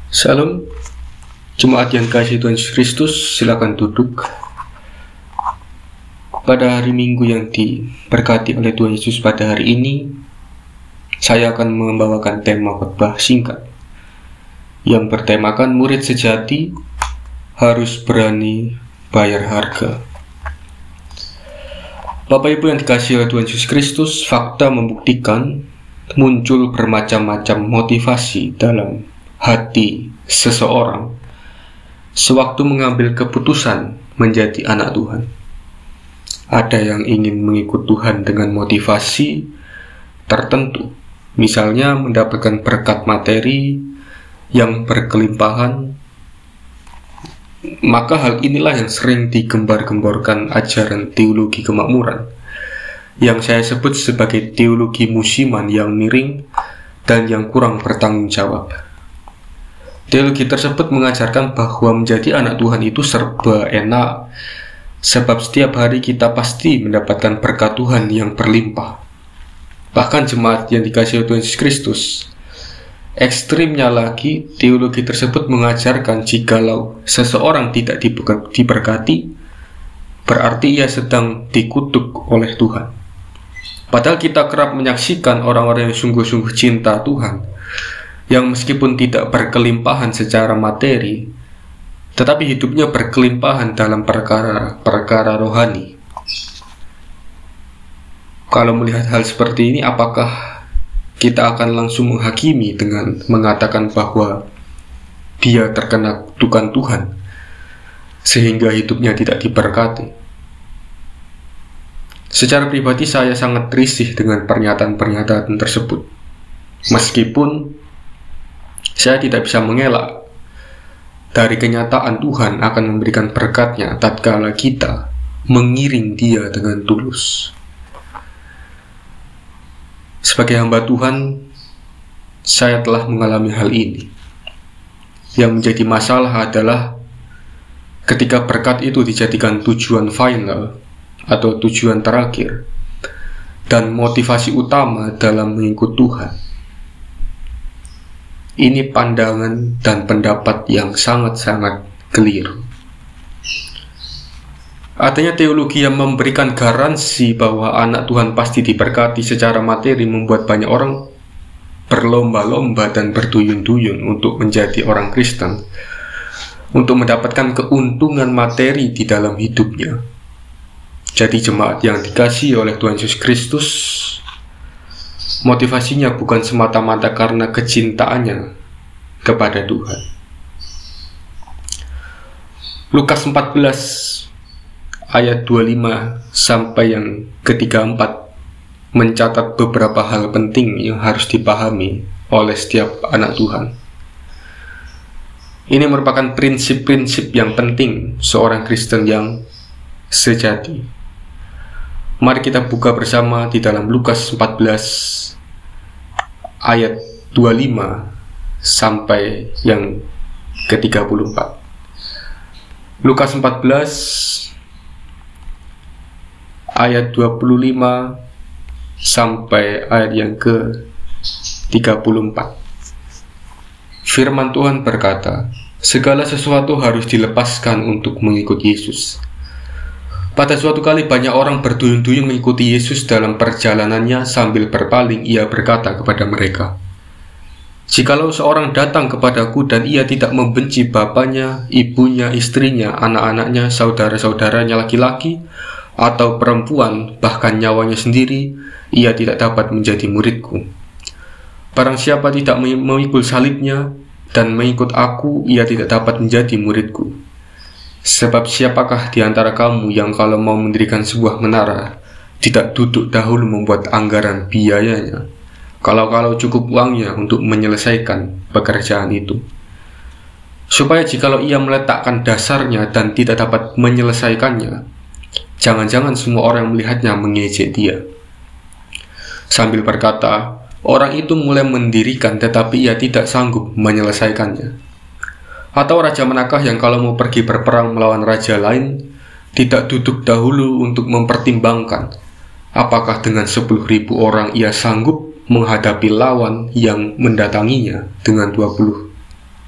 Salam, jemaat yang kasih Tuhan Yesus Kristus, silakan duduk. Pada hari Minggu yang diberkati oleh Tuhan Yesus pada hari ini, saya akan membawakan tema khotbah singkat yang bertemakan murid sejati harus berani bayar harga. Bapak Ibu yang dikasihi oleh Tuhan Yesus Kristus, fakta membuktikan muncul bermacam-macam motivasi dalam hati seseorang sewaktu mengambil keputusan menjadi anak Tuhan. Ada yang ingin mengikut Tuhan dengan motivasi tertentu, misalnya mendapatkan berkat materi yang berkelimpahan. Maka hal inilah yang sering digembar-gemborkan ajaran teologi kemakmuran, yang saya sebut sebagai teologi musiman yang miring dan yang kurang bertanggung jawab. Teologi tersebut mengajarkan bahwa menjadi anak Tuhan itu serba enak, sebab setiap hari kita pasti mendapatkan berkat Tuhan yang berlimpah. Bahkan jemaat yang dikasihi Tuhan Yesus Kristus, ekstrimnya lagi, teologi tersebut mengajarkan jikalau seseorang tidak diberkati, berarti ia sedang dikutuk oleh Tuhan. Padahal kita kerap menyaksikan orang-orang yang sungguh-sungguh cinta Tuhan, yang meskipun tidak berkelimpahan secara materi, tetapi hidupnya berkelimpahan dalam perkara rohani. Kalau melihat hal seperti ini, apakah kita akan langsung menghakimi dengan mengatakan bahwa dia terkena kutukan Tuhan sehingga hidupnya tidak diberkati? Secara pribadi saya sangat risih dengan pernyataan-pernyataan tersebut, meskipun saya tidak bisa mengelak dari kenyataan Tuhan akan memberikan berkatnya tatkala kita mengiring Dia dengan tulus. Sebagai hamba Tuhan, saya telah mengalami hal ini. Yang menjadi masalah adalah ketika berkat itu dijadikan tujuan final atau tujuan terakhir dan motivasi utama dalam mengikut Tuhan. Ini pandangan dan pendapat yang sangat-sangat keliru. Artinya teologi yang memberikan garansi bahwa anak Tuhan pasti diberkati secara materi membuat banyak orang berlomba-lomba dan berduyun-duyun untuk menjadi orang Kristen, untuk mendapatkan keuntungan materi di dalam hidupnya. Jadi jemaat yang dikasihi oleh Tuhan Yesus Kristus, motivasinya bukan semata-mata karena kecintaannya kepada Tuhan. Lukas 14 ayat 25 sampai yang ke-34 mencatat beberapa hal penting yang harus dipahami oleh setiap anak Tuhan. Ini merupakan prinsip-prinsip yang penting seorang Kristen yang sejati. Mari kita buka bersama di dalam Lukas 14 ayat 25 sampai yang ke-34. Lukas 14 ayat 25 sampai ayat yang ke-34. Firman Tuhan berkata, "Segala sesuatu harus dilepaskan untuk mengikut Yesus." Pada suatu kali banyak orang berduyun-duyun mengikuti Yesus. Dalam perjalanannya sambil berpaling, ia berkata kepada mereka, "Jikalau seorang datang kepadaku dan ia tidak membenci bapaknya, ibunya, istrinya, anak-anaknya, saudara-saudaranya laki-laki, atau perempuan, bahkan nyawanya sendiri, ia tidak dapat menjadi muridku. Barang siapa tidak memikul salibnya dan mengikut aku, ia tidak dapat menjadi muridku. Sebab siapakah di antara kamu yang kalau mau mendirikan sebuah menara, tidak duduk dahulu membuat anggaran biayanya, kalau cukup uangnya untuk menyelesaikan pekerjaan itu? Supaya jikalau ia meletakkan dasarnya dan tidak dapat menyelesaikannya, jangan-jangan semua orang melihatnya mengejek dia." Sambil berkata, orang itu mulai mendirikan tetapi ia tidak sanggup menyelesaikannya. Atau raja manakah yang kalau mau pergi berperang melawan raja lain, tidak duduk dahulu untuk mempertimbangkan apakah dengan 10.000 orang ia sanggup menghadapi lawan yang mendatanginya dengan 20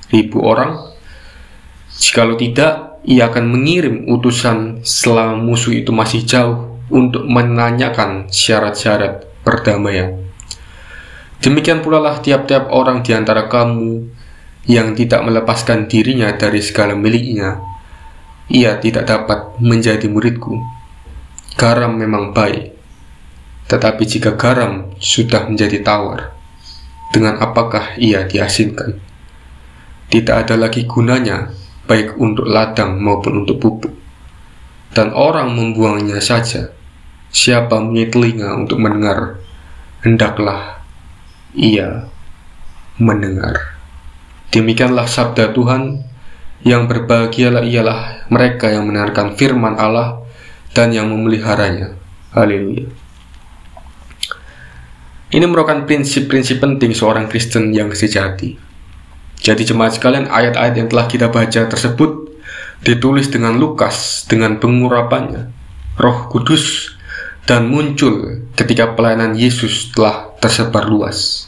orang? Jikalau tidak, ia akan mengirim utusan selama musuh itu masih jauh untuk menanyakan syarat-syarat perdamaian. Demikian pula lah tiap-tiap orang di antara kamu yang tidak melepaskan dirinya dari segala miliknya, ia tidak dapat menjadi muridku. Garam memang baik, tetapi jika garam sudah menjadi tawar, dengan apakah ia diasinkan? Tidak ada lagi gunanya, baik untuk ladang maupun untuk pupuk, dan orang membuangnya saja. Siapa punya telinga untuk mendengar, hendaklah ia mendengar. Demikianlah sabda Tuhan. Yang berbahagialah ialah mereka yang mendengarkan firman Allah dan yang memeliharanya. Haleluya. Ini merupakan prinsip-prinsip penting seorang Kristen yang sejati. Jadi jemaat sekalian, ayat-ayat yang telah kita baca tersebut ditulis dengan Lukas dengan pengurapannya Roh Kudus dan muncul ketika pelayanan Yesus telah tersebar luas.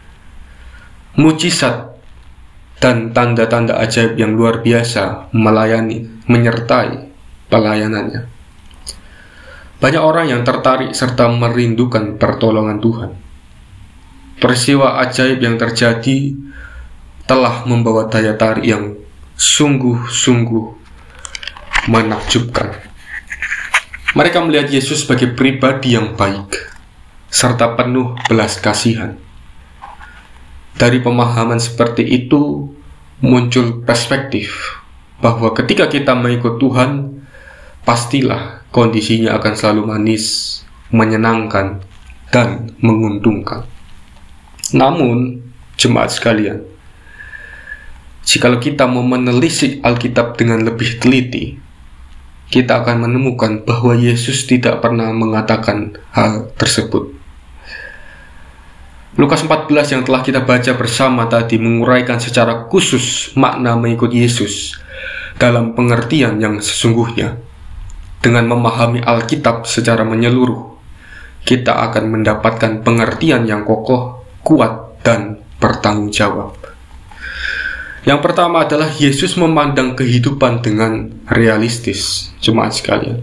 Mujizat dan tanda-tanda ajaib yang luar biasa menyertai pelayanannya. Banyak orang yang tertarik serta merindukan pertolongan Tuhan. Peristiwa ajaib yang terjadi telah membawa daya tarik yang sungguh-sungguh menakjubkan. Mereka melihat Yesus sebagai pribadi yang baik serta penuh belas kasihan. Dari pemahaman seperti itu muncul perspektif bahwa ketika kita mengikut Tuhan, pastilah kondisinya akan selalu manis, menyenangkan, dan menguntungkan. Namun, jemaat sekalian, jikalau kita mau menelisik Alkitab dengan lebih teliti, kita akan menemukan bahwa Yesus tidak pernah mengatakan hal tersebut. Lukas 14 yang telah kita baca bersama tadi menguraikan secara khusus makna mengikut Yesus dalam pengertian yang sesungguhnya. Dengan memahami Alkitab secara menyeluruh, kita akan mendapatkan pengertian yang kokoh, kuat, dan bertanggung jawab. Yang pertama adalah Yesus memandang kehidupan dengan realistis, jemaat sekalian.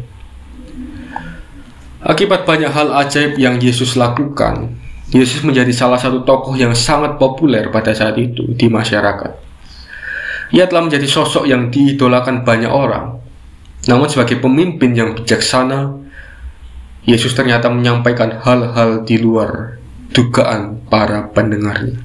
Akibat banyak hal ajaib yang Yesus lakukan, Yesus menjadi salah satu tokoh yang sangat populer pada saat itu di masyarakat. Ia telah menjadi sosok yang diidolakan banyak orang. Namun sebagai pemimpin yang bijaksana, Yesus ternyata menyampaikan hal-hal di luar dugaan para pendengarnya.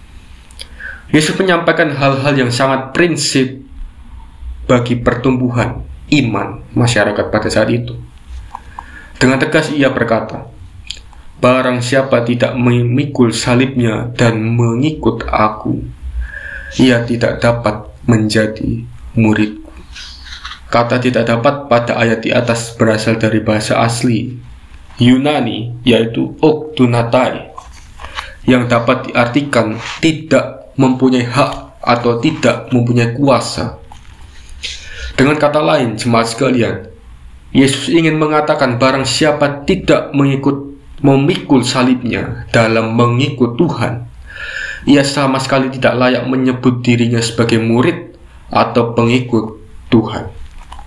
Yesus menyampaikan hal-hal yang sangat prinsip bagi pertumbuhan iman masyarakat pada saat itu. Dengan tegas ia berkata, "Barang siapa tidak memikul salibnya dan mengikut aku, ia tidak dapat menjadi muridku." Kata tidak dapat pada ayat di atas berasal dari bahasa asli Yunani, yaitu oktunatai, yang dapat diartikan tidak mempunyai hak atau tidak mempunyai kuasa. Dengan kata lain, jemaat sekalian, Yesus ingin mengatakan barang siapa tidak memikul salibnya dalam mengikut Tuhan, ia sama sekali tidak layak menyebut dirinya sebagai murid atau pengikut Tuhan.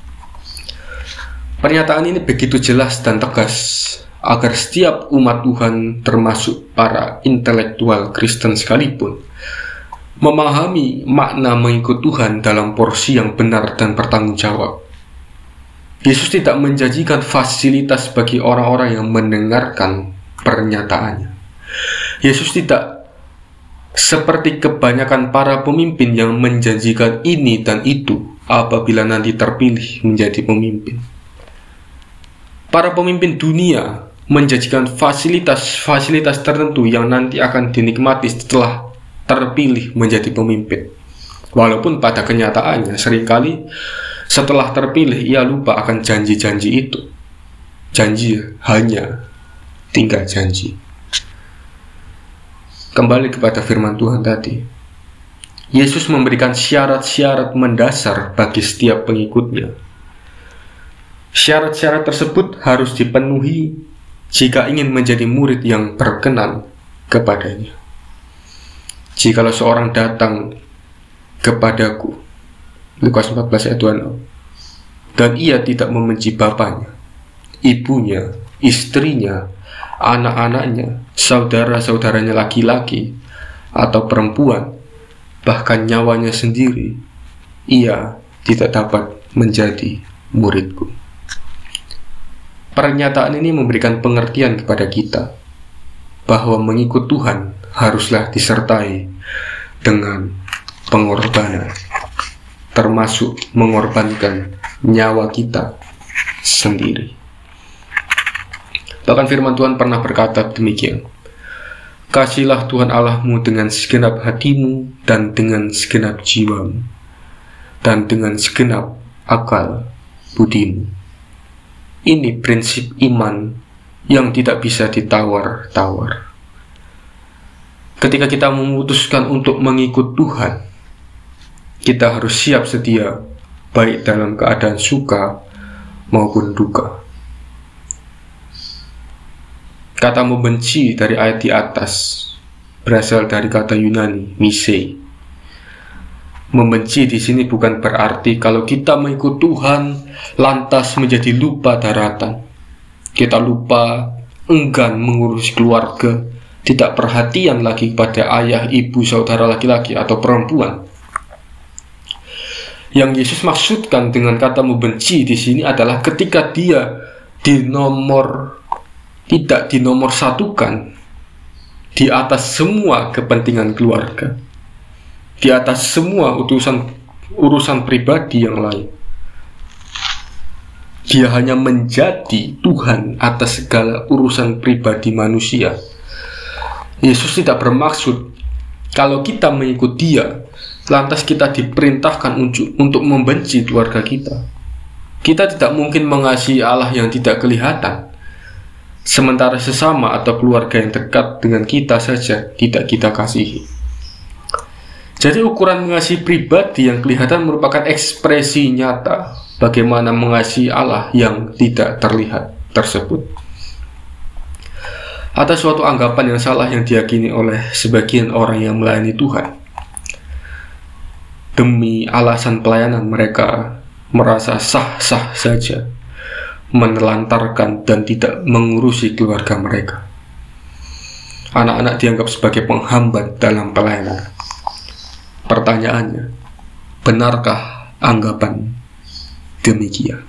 Pernyataan ini begitu jelas dan tegas agar setiap umat Tuhan, termasuk para intelektual Kristen sekalipun, memahami makna mengikut Tuhan dalam porsi yang benar dan bertanggung jawab. Yesus tidak menjanjikan fasilitas bagi orang-orang yang mendengarkan pernyataannya. Yesus tidak seperti kebanyakan para pemimpin yang menjanjikan ini dan itu apabila nanti terpilih menjadi pemimpin. Para pemimpin dunia menjanjikan fasilitas-fasilitas tertentu yang nanti akan dinikmati setelah terpilih menjadi pemimpin. Walaupun pada kenyataannya seringkali setelah terpilih ia lupa akan janji-janji itu. Janji hanya tinggal janji. Kembali kepada firman Tuhan tadi. Yesus memberikan syarat-syarat mendasar bagi setiap pengikutnya. Syarat-syarat tersebut harus dipenuhi jika ingin menjadi murid yang berkenan kepadanya. Jikalau seorang datang kepadaku. Lukas 14 ayat 26. Dan ia tidak membenci bapaknya, ibunya, istrinya, anak-anaknya, saudara-saudaranya laki-laki atau perempuan, bahkan nyawanya sendiri, ia tidak dapat menjadi muridku. Pernyataan ini memberikan pengertian kepada kita bahwa mengikut Tuhan haruslah disertai dengan pengorbanan, termasuk mengorbankan nyawa kita sendiri. Bahkan firman Tuhan pernah berkata demikian, "Kasihilah Tuhan Allahmu dengan segenap hatimu dan dengan segenap jiwamu dan dengan segenap akal budimu." Ini prinsip iman yang tidak bisa ditawar-tawar. Ketika kita memutuskan untuk mengikut Tuhan, kita harus siap sedia, baik dalam keadaan suka maupun duka. Kata membenci dari ayat di atas berasal dari kata Yunani, misei. Membenci di sini bukan berarti kalau kita mengikut Tuhan lantas menjadi lupa daratan. Kita lupa, enggan mengurus keluarga, tidak perhatian lagi pada ayah, ibu, saudara laki-laki atau perempuan. Yang Yesus maksudkan dengan kata membenci di sini adalah ketika dia tidak dinomor satukan di atas semua kepentingan keluarga, di atas semua urusan pribadi yang lain. Dia hanya menjadi Tuhan atas segala urusan pribadi manusia. Yesus tidak bermaksud kalau kita mengikut Dia, lantas kita diperintahkan untuk membenci keluarga kita. Kita tidak mungkin mengasihi Allah yang tidak kelihatan, sementara sesama atau keluarga yang dekat dengan kita saja tidak kita kasihi. Jadi ukuran mengasihi pribadi yang kelihatan merupakan ekspresi nyata bagaimana mengasihi Allah yang tidak terlihat tersebut. Atas suatu anggapan yang salah yang diyakini oleh sebagian orang yang melayani Tuhan, demi alasan pelayanan mereka merasa sah-sah saja menelantarkan dan tidak mengurusi keluarga mereka. Anak-anak dianggap sebagai penghambat dalam pelayanan. Pertanyaannya, benarkah anggapan demikian?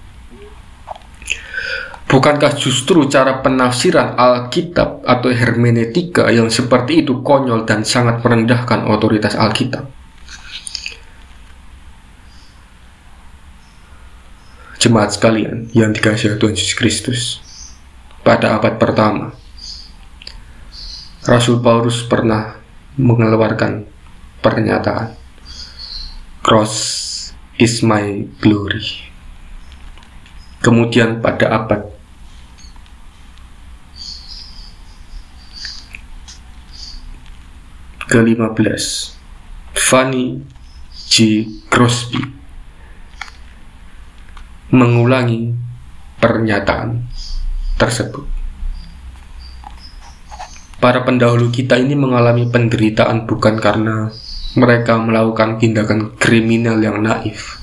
Bukankah justru cara penafsiran Alkitab atau hermeneutika yang seperti itu konyol dan sangat merendahkan otoritas Alkitab? Jemaat sekalian yang dikasihi Tuhan Yesus Kristus, pada abad pertama, Rasul Paulus pernah mengeluarkan pernyataan, "Cross is my glory." Kemudian pada abad ke-15, Fanny G. Crosby mengulangi pernyataan tersebut. Para pendahulu kita ini mengalami penderitaan bukan karena mereka melakukan tindakan kriminal yang naif,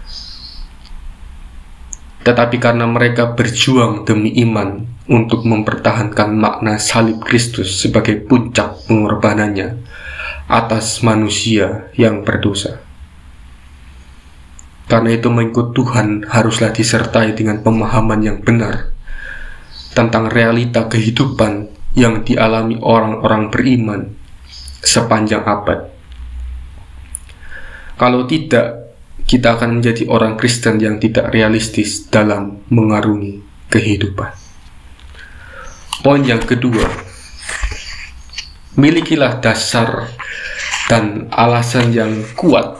tetapi karena mereka berjuang demi iman untuk mempertahankan makna salib Kristus sebagai puncak pengorbanannya atas manusia yang berdosa. Karena itu mengikut Tuhan haruslah disertai dengan pemahaman yang benar tentang realita kehidupan yang dialami orang-orang beriman sepanjang abad. Kalau tidak, kita akan menjadi orang Kristen yang tidak realistis dalam mengarungi kehidupan. Poin yang kedua, milikilah dasar dan alasan yang kuat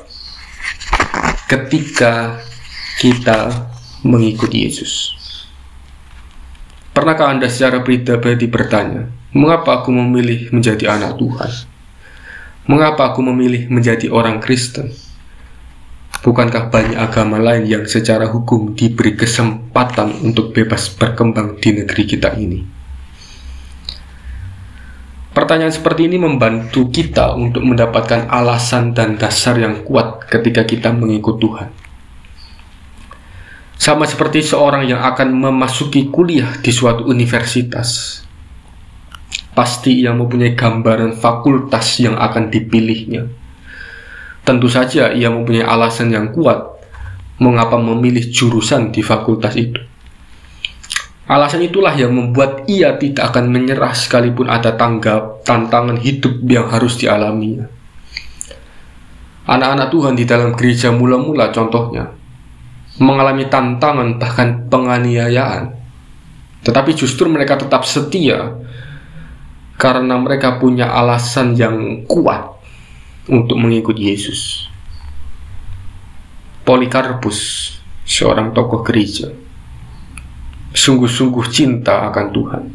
ketika kita mengikuti Yesus. Pernahkah Anda secara pribadi bertanya, mengapa aku memilih menjadi anak Tuhan? Mengapa aku memilih menjadi orang Kristen? Bukankah banyak agama lain yang secara hukum diberi kesempatan untuk bebas berkembang di negeri kita ini? Pertanyaan seperti ini membantu kita untuk mendapatkan alasan dan dasar yang kuat ketika kita mengikut Tuhan. Sama seperti seorang yang akan memasuki kuliah di suatu universitas. Pasti ia mempunyai gambaran fakultas yang akan dipilihnya. Tentu saja ia mempunyai alasan yang kuat mengapa memilih jurusan di fakultas itu. Alasan itulah yang membuat ia tidak akan menyerah sekalipun ada tantangan hidup yang harus dialaminya. Anak-anak Tuhan di dalam gereja mula-mula contohnya mengalami tantangan bahkan penganiayaan, tetapi justru mereka tetap setia karena mereka punya alasan yang kuat untuk mengikut Yesus. Polikarpus, seorang tokoh gereja, sungguh-sungguh cinta akan Tuhan.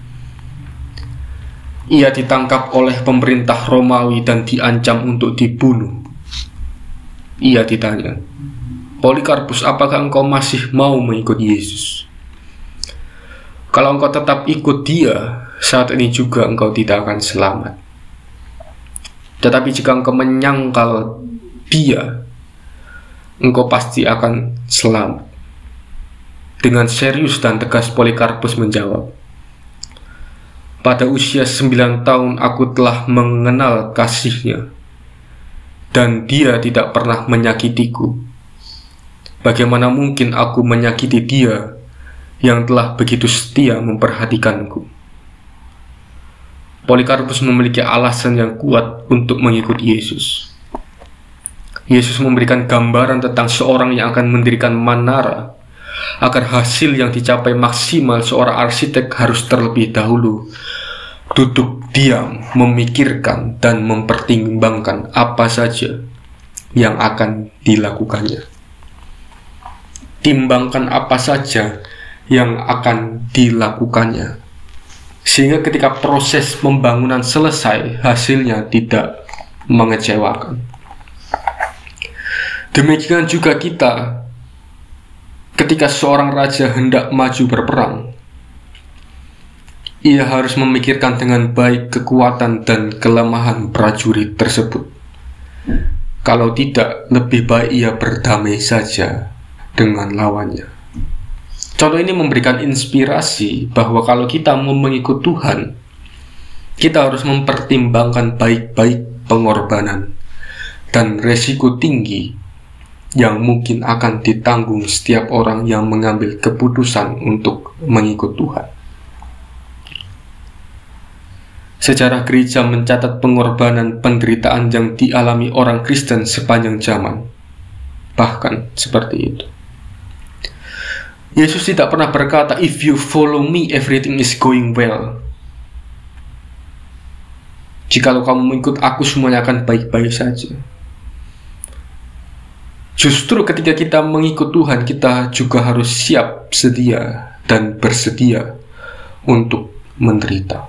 Ia ditangkap oleh pemerintah Romawi dan diancam untuk dibunuh. Ia ditanya, "Polikarpus, apakah engkau masih mau mengikut Yesus? Kalau engkau tetap ikut dia, saat ini juga engkau tidak akan selamat. Tetapi jika engkau menyangkal dia, engkau pasti akan selamat." Dengan serius dan tegas Polikarpus menjawab, "Pada usia 9 tahun aku telah mengenal kasihnya, dan dia tidak pernah menyakitiku. Bagaimana mungkin aku menyakiti dia yang telah begitu setia memperhatikanku?" Polikarpus memiliki alasan yang kuat untuk mengikut Yesus. Yesus memberikan gambaran tentang seorang yang akan mendirikan menara. Agar hasil yang dicapai maksimal, seorang arsitek harus terlebih dahulu duduk diam, memikirkan dan mempertimbangkan apa saja yang akan dilakukannya. Timbangkan apa saja yang akan dilakukannya, sehingga ketika proses pembangunan selesai, hasilnya tidak mengecewakan. Demikian juga kita. Ketika seorang raja hendak maju berperang, ia harus memikirkan dengan baik kekuatan dan kelemahan prajurit tersebut. Kalau tidak, lebih baik ia berdamai saja dengan lawannya. Contoh ini memberikan inspirasi bahwa kalau kita mau mengikut Tuhan, kita harus mempertimbangkan baik-baik pengorbanan dan resiko tinggi yang mungkin akan ditanggung setiap orang yang mengambil keputusan untuk mengikut Tuhan. Sejarah gereja mencatat pengorbanan penderitaan yang dialami orang Kristen sepanjang zaman. Bahkan seperti itu. Yesus tidak pernah berkata, "If you follow me, everything is going well." Jikalau kamu mengikut aku, semuanya akan baik-baik saja. Justru ketika kita mengikut Tuhan, kita juga harus siap, sedia, dan bersedia untuk menderita.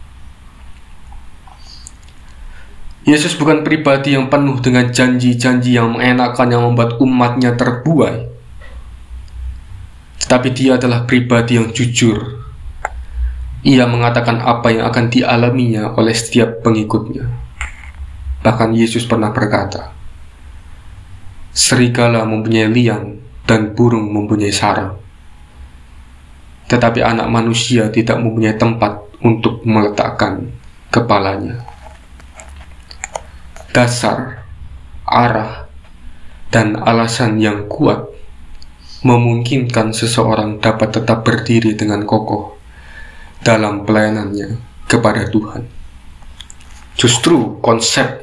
Yesus bukan pribadi yang penuh dengan janji-janji yang mengenakan yang membuat umatnya terbuai. Tetapi dia adalah pribadi yang jujur. Ia mengatakan apa yang akan dialaminya oleh setiap pengikutnya. Bahkan Yesus pernah berkata, "Serigala mempunyai liang dan burung mempunyai sarang, tetapi anak manusia tidak mempunyai tempat untuk meletakkan kepalanya." Dasar, arah, dan alasan yang kuat memungkinkan seseorang dapat tetap berdiri dengan kokoh dalam pelayanannya kepada Tuhan. Justru konsep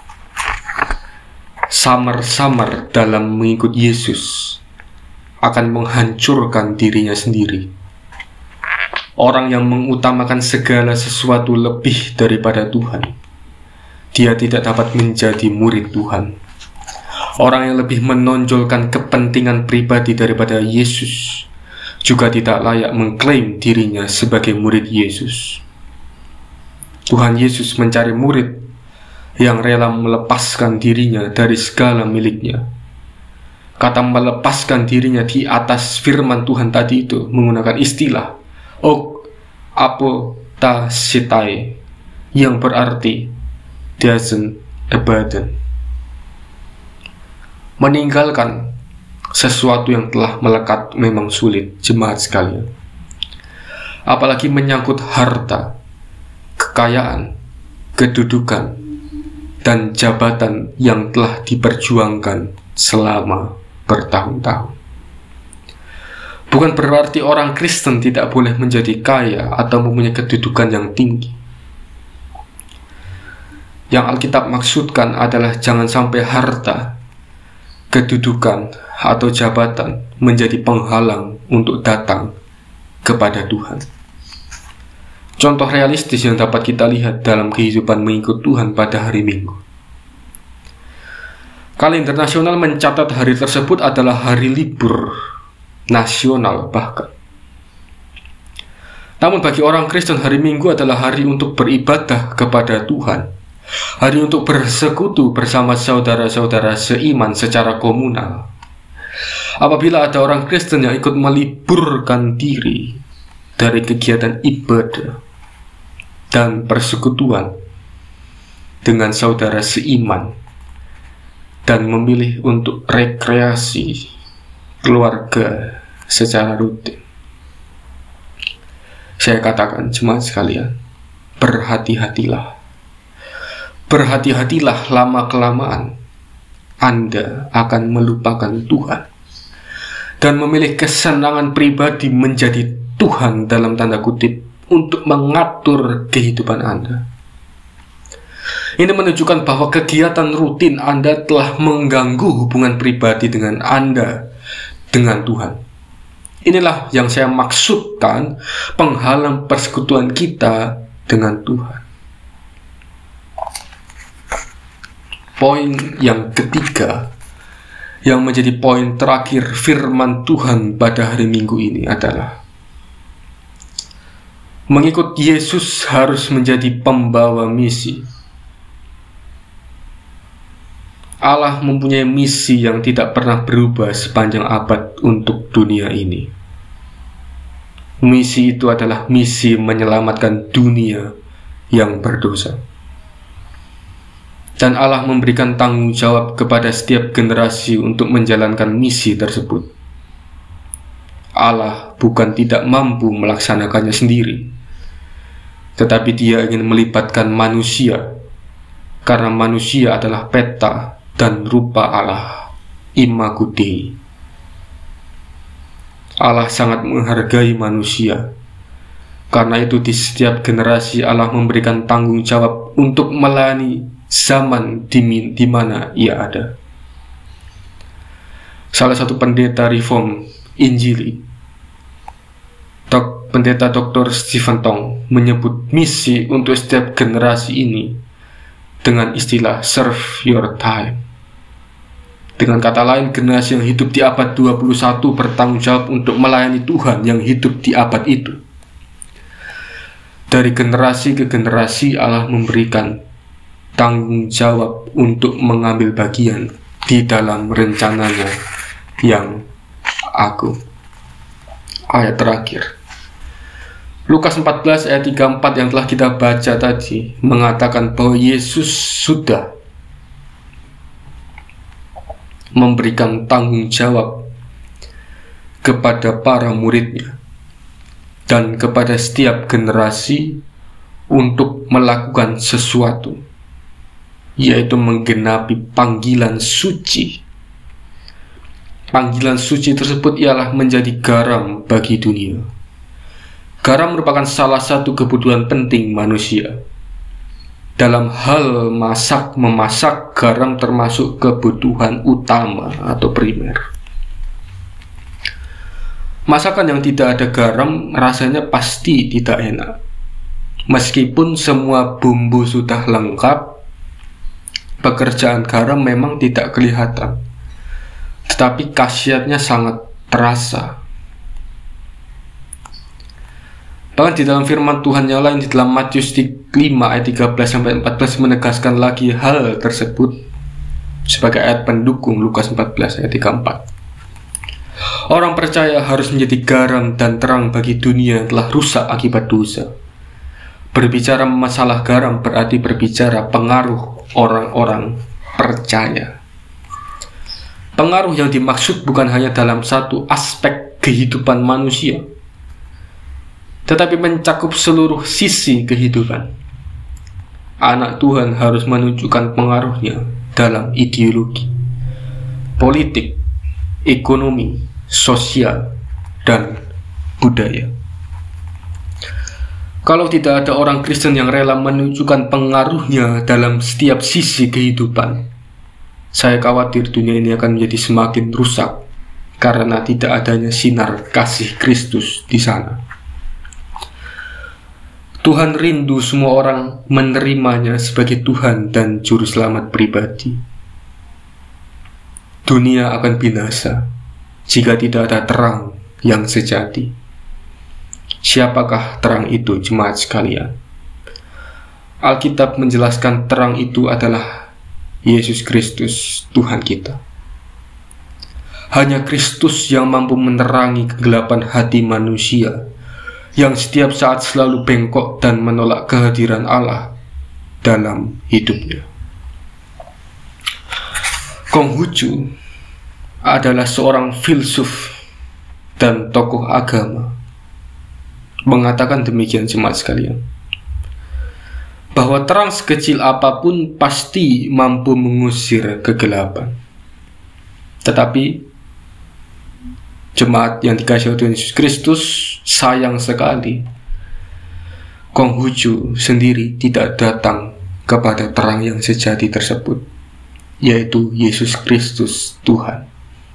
samar-samar dalam mengikut Yesus akan menghancurkan dirinya sendiri. Orang yang mengutamakan segala sesuatu lebih daripada Tuhan, dia tidak dapat menjadi murid Tuhan. Orang yang lebih menonjolkan kepentingan pribadi daripada Yesus juga tidak layak mengklaim dirinya sebagai murid Yesus. Tuhan Yesus mencari murid yang rela melepaskan dirinya dari segala miliknya. Kata melepaskan dirinya di atas firman Tuhan tadi itu menggunakan istilah apotastai, yang berarti doesn't abandon. Meninggalkan sesuatu yang telah melekat memang sulit, jemaat sekalian. Apalagi menyangkut harta, kekayaan, kedudukan, dan jabatan yang telah diperjuangkan selama bertahun-tahun. Bukan berarti orang Kristen tidak boleh menjadi kaya atau mempunyai kedudukan yang tinggi. Yang Alkitab maksudkan adalah jangan sampai harta, kedudukan, atau jabatan menjadi penghalang untuk datang kepada Tuhan. Contoh realistis yang dapat kita lihat dalam kehidupan mengikut Tuhan pada hari Minggu. Kala Internasional mencatat hari tersebut adalah hari libur nasional bahkan. Namun bagi orang Kristen, hari Minggu adalah hari untuk beribadah kepada Tuhan, hari untuk bersekutu bersama saudara-saudara seiman secara komunal. Apabila ada orang Kristen yang ikut meliburkan diri dari kegiatan ibadah dan persekutuan dengan saudara seiman dan memilih untuk rekreasi keluarga secara rutin, saya katakan, jemaat sekalian, berhati-hatilah. Berhati-hatilah, lama-kelamaan Anda akan melupakan Tuhan dan memilih kesenangan pribadi menjadi Tuhan dalam tanda kutip untuk mengatur kehidupan Anda. Ini menunjukkan bahwa kegiatan rutin Anda telah mengganggu hubungan pribadi dengan Anda dengan Tuhan. Inilah yang saya maksudkan penghalang persekutuan kita dengan Tuhan. Poin yang ketiga, yang menjadi poin terakhir firman Tuhan pada hari Minggu ini adalah mengikut Yesus harus menjadi pembawa misi. Allah mempunyai misi yang tidak pernah berubah sepanjang abad untuk dunia ini. Misi itu adalah misi menyelamatkan dunia yang berdosa. Dan Allah memberikan tanggung jawab kepada setiap generasi untuk menjalankan misi tersebut. Allah bukan tidak mampu melaksanakannya sendiri, tetapi Dia ingin melibatkan manusia, karena manusia adalah peta dan rupa Allah, Imago Dei. Allah sangat menghargai manusia. Karena itu di setiap generasi Allah memberikan tanggung jawab untuk melayani zaman di mana ia ada. Salah satu pendeta reform Injili, Pendeta Dr. Stephen Tong, menyebut misi untuk setiap generasi ini dengan istilah serve your time. Dengan kata lain, generasi yang hidup di abad 21 bertanggung jawab untuk melayani Tuhan yang hidup di abad itu. Dari generasi ke generasi Allah memberikan tanggung jawab untuk mengambil bagian di dalam rencananya yang agung. Ayat terakhir, Lukas 14 ayat 34 yang telah kita baca tadi mengatakan bahwa Yesus sudah memberikan tanggung jawab kepada para muridnya dan kepada setiap generasi untuk melakukan sesuatu, yaitu menggenapi panggilan suci. Panggilan suci tersebut ialah menjadi garam bagi dunia. Garam merupakan salah satu kebutuhan penting manusia. Dalam hal memasak, garam termasuk kebutuhan utama atau primer. Masakan yang tidak ada garam rasanya pasti tidak enak. Meskipun semua bumbu sudah lengkap, pekerjaan garam memang tidak kelihatan, tetapi khasiatnya sangat terasa. Bahkan di dalam firman Tuhan yang lain di dalam Matius 5 ayat 13-14 menegaskan lagi hal tersebut sebagai ayat pendukung Lukas 14 ayat 34. Orang percaya harus menjadi garam dan terang bagi dunia yang telah rusak akibat dosa. Berbicara masalah garam berarti berbicara pengaruh orang-orang percaya. Pengaruh yang dimaksud bukan hanya dalam satu aspek kehidupan manusia, tetapi mencakup seluruh sisi kehidupan. Anak Tuhan harus menunjukkan pengaruhnya dalam ideologi, politik, ekonomi, sosial, dan budaya. Kalau tidak ada orang Kristen yang rela menunjukkan pengaruhnya dalam setiap sisi kehidupan, saya khawatir dunia ini akan menjadi semakin rusak karena tidak adanya sinar kasih Kristus di sana. Tuhan rindu semua orang menerimanya sebagai Tuhan dan Juru Selamat pribadi. Dunia akan binasa jika tidak ada terang yang sejati. Siapakah terang itu, jemaat sekalian? Alkitab menjelaskan terang itu adalah Yesus Kristus, Tuhan kita. Hanya Kristus yang mampu menerangi kegelapan hati manusia yang setiap saat selalu bengkok dan menolak kehadiran Allah dalam hidupnya. Konghucu adalah seorang filsuf dan tokoh agama mengatakan demikian, jemaat sekalian, bahwa terang sekecil apapun pasti mampu mengusir kegelapan. Tetapi jemaat yang dikasihi Tuhan Yesus Kristus, sayang sekali Konghucu sendiri tidak datang kepada terang yang sejati tersebut, yaitu Yesus Kristus Tuhan.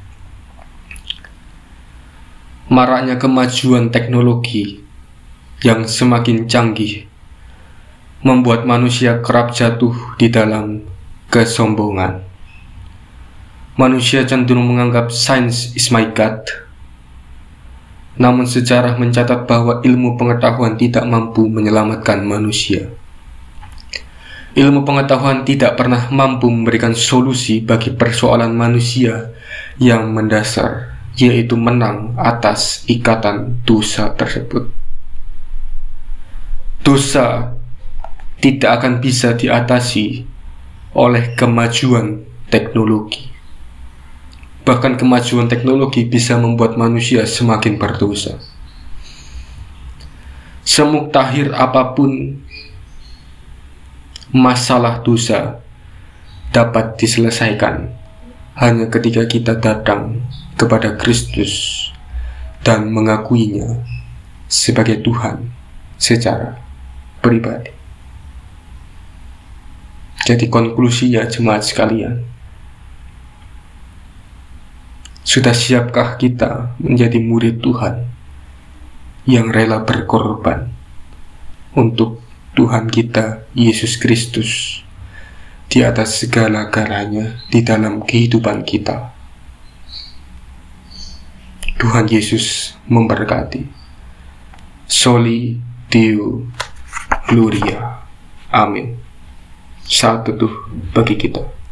Maraknya kemajuan teknologi yang semakin canggih membuat manusia kerap jatuh di dalam kesombongan. Manusia cenderung menganggap science is my God. Namun sejarah mencatat bahwa ilmu pengetahuan tidak mampu menyelamatkan manusia. Ilmu pengetahuan tidak pernah mampu memberikan solusi bagi persoalan manusia yang mendasar, yaitu menang atas ikatan dosa tersebut. Dosa tidak akan bisa diatasi oleh kemajuan teknologi. Bahkan kemajuan teknologi bisa membuat manusia semakin berdosa. Semuktahir apapun masalah dosa dapat diselesaikan hanya ketika kita datang kepada Kristus dan mengakuinya sebagai Tuhan secara pribadi. Jadi konklusinya, jemaat sekalian, sudah siapkah kita menjadi murid Tuhan yang rela berkorban untuk Tuhan kita Yesus Kristus di atas segala-galanya di dalam kehidupan kita? Tuhan Yesus memberkati. Soli Deo Gloria. Amin. Saat teduh bagi kita.